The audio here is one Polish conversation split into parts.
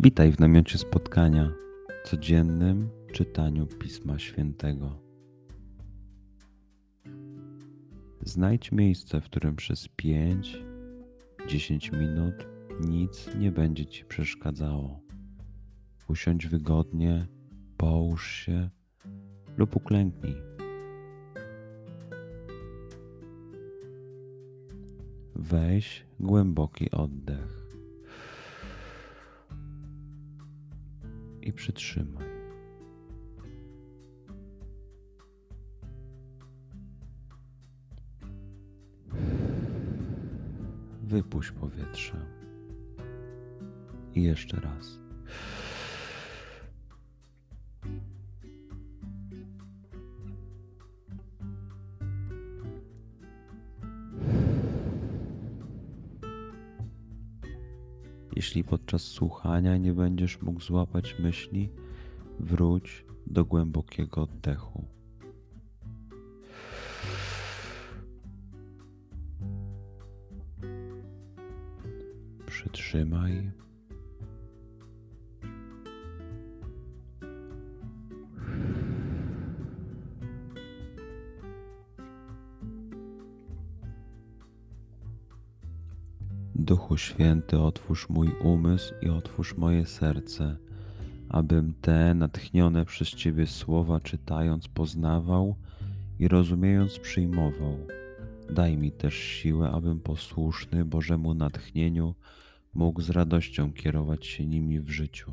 Witaj w namiocie spotkania, codziennym czytaniu Pisma Świętego. Znajdź miejsce, w którym przez 5-10 minut nic nie będzie Ci przeszkadzało. Usiądź wygodnie, połóż się lub uklęknij. Weź głęboki oddech i przytrzymaj. Wypuść powietrze. I jeszcze raz. Jeśli podczas słuchania nie będziesz mógł złapać myśli, wróć do głębokiego oddechu. Przytrzymaj. Duchu Święty, otwórz mój umysł i otwórz moje serce, abym te natchnione przez Ciebie słowa czytając poznawał i rozumiejąc przyjmował. Daj mi też siłę, abym posłuszny Bożemu natchnieniu mógł z radością kierować się nimi w życiu.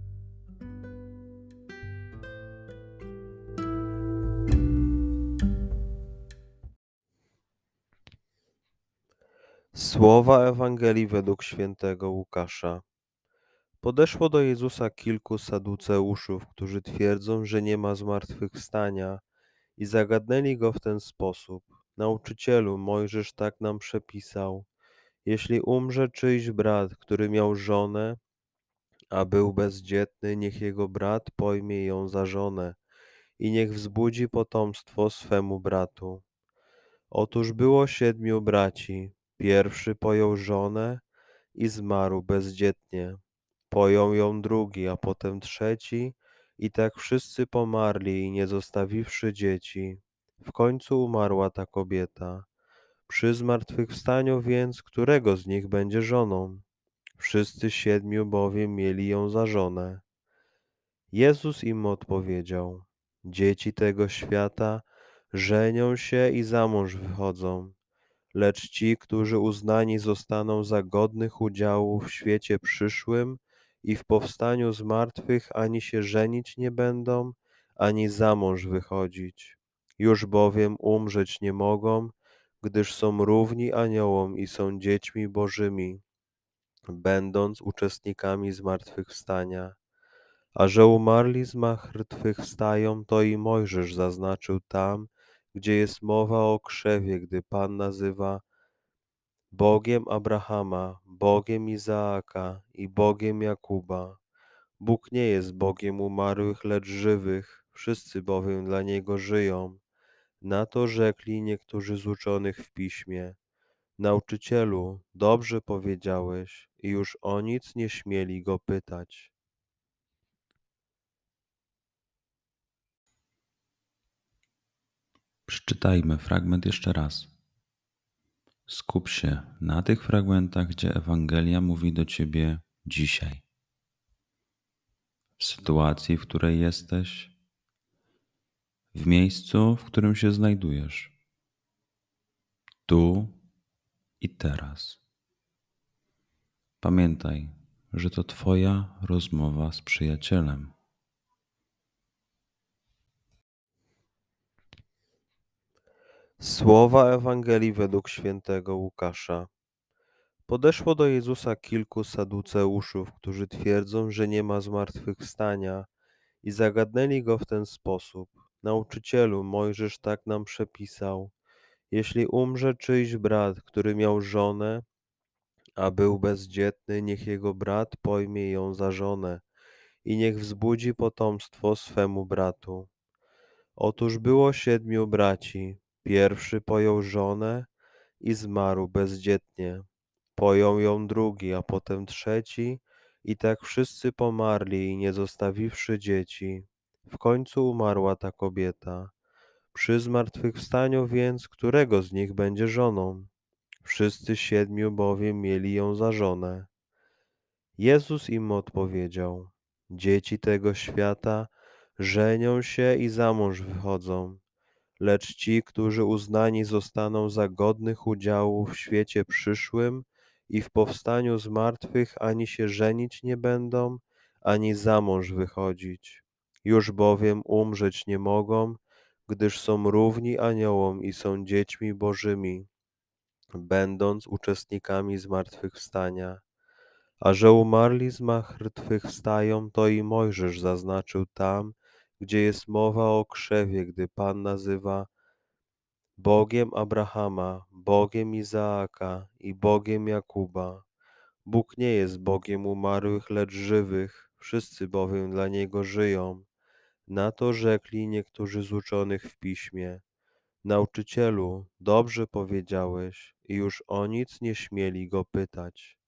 Słowa Ewangelii według świętego Łukasza. Podeszło do Jezusa kilku saduceuszów, którzy twierdzą, że nie ma zmartwychwstania, i zagadnęli go w ten sposób: Nauczycielu, Mojżesz tak nam przepisał: jeśli umrze czyjś brat, który miał żonę, a był bezdzietny, niech jego brat pojmie ją za żonę i niech wzbudzi potomstwo swemu bratu. Otóż było 7 braci. Pierwszy pojął żonę i zmarł bezdzietnie. Pojął ją drugi, a potem trzeci, i tak wszyscy pomarli, nie zostawiwszy dzieci. W końcu umarła ta kobieta. Przy zmartwychwstaniu więc, którego z nich będzie żoną? Wszyscy 7 bowiem mieli ją za żonę. Jezus im odpowiedział: Dzieci tego świata żenią się i za mąż wychodzą, lecz ci, którzy uznani zostaną za godnych udziału w świecie przyszłym i w powstaniu z martwych, ani się żenić nie będą, ani za mąż wychodzić. Już bowiem umrzeć nie mogą, gdyż są równi aniołom i są dziećmi bożymi, będąc uczestnikami zmartwychwstania. A że umarli zmartwychwstają, to i Mojżesz zaznaczył tam, gdzie jest mowa o krzewie, gdy Pan nazywa Bogiem Abrahama, Bogiem Izaaka i Bogiem Jakuba. Bóg nie jest Bogiem umarłych, lecz żywych, wszyscy bowiem dla Niego żyją. Na to rzekli niektórzy z uczonych w piśmie: Nauczycielu, dobrze powiedziałeś, i już o nic nie śmieli go pytać. Przeczytajmy fragment jeszcze raz. Skup się na tych fragmentach, gdzie Ewangelia mówi do Ciebie dzisiaj. W sytuacji, w której jesteś, w miejscu, w którym się znajdujesz, tu i teraz. Pamiętaj, że to Twoja rozmowa z przyjacielem. Słowa Ewangelii według świętego Łukasza. Podeszło do Jezusa kilku saduceuszów, którzy twierdzą, że nie ma zmartwychwstania, i zagadnęli go w ten sposób: Nauczycielu, Mojżesz tak nam przepisał: jeśli umrze czyjś brat, który miał żonę, a był bezdzietny, niech jego brat pojmie ją za żonę i niech wzbudzi potomstwo swemu bratu. Otóż było 7 braci. Pierwszy pojął żonę i zmarł bezdzietnie. Pojął ją drugi, a potem trzeci, I tak wszyscy pomarli, nie zostawiwszy dzieci. W końcu umarła ta kobieta. Przy zmartwychwstaniu więc, którego z nich będzie żoną? Wszyscy 7 bowiem mieli ją za żonę. Jezus im odpowiedział: Dzieci tego świata żenią się i za mąż wychodzą, lecz ci, którzy uznani zostaną za godnych udziału w świecie przyszłym i w powstaniu z martwych, ani się żenić nie będą, ani za mąż wychodzić. Już bowiem umrzeć nie mogą, gdyż są równi aniołom i są dziećmi bożymi, będąc uczestnikami zmartwychwstania. A że umarli zmartwychwstają, to i Mojżesz zaznaczył tam, gdzie jest mowa o krzewie, gdy Pan nazywa Bogiem Abrahama, Bogiem Izaaka i Bogiem Jakuba. Bóg nie jest Bogiem umarłych, lecz żywych, wszyscy bowiem dla Niego żyją. Na to rzekli niektórzy z uczonych w piśmie: Nauczycielu, dobrze powiedziałeś, i już o nic nie śmieli go pytać.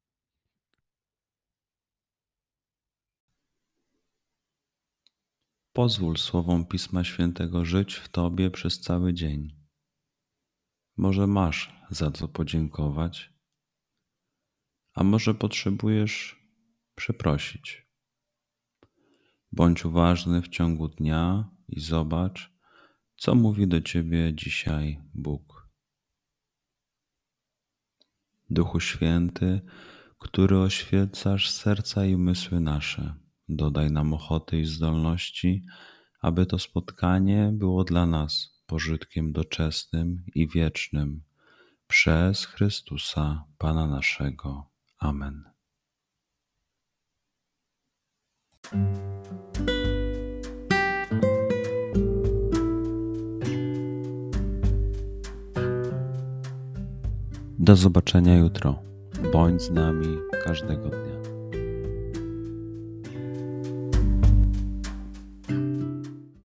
Pozwól słowom Pisma Świętego żyć w Tobie przez cały dzień. Może masz za co podziękować, a może potrzebujesz przeprosić. Bądź uważny w ciągu dnia i zobacz, co mówi do Ciebie dzisiaj Bóg. Duchu Święty, który oświecasz serca i umysły nasze, dodaj nam ochoty i zdolności, aby to spotkanie było dla nas pożytkiem doczesnym i wiecznym. Przez Chrystusa, Pana naszego. Amen. Do zobaczenia jutro. Bądź z nami każdego dnia.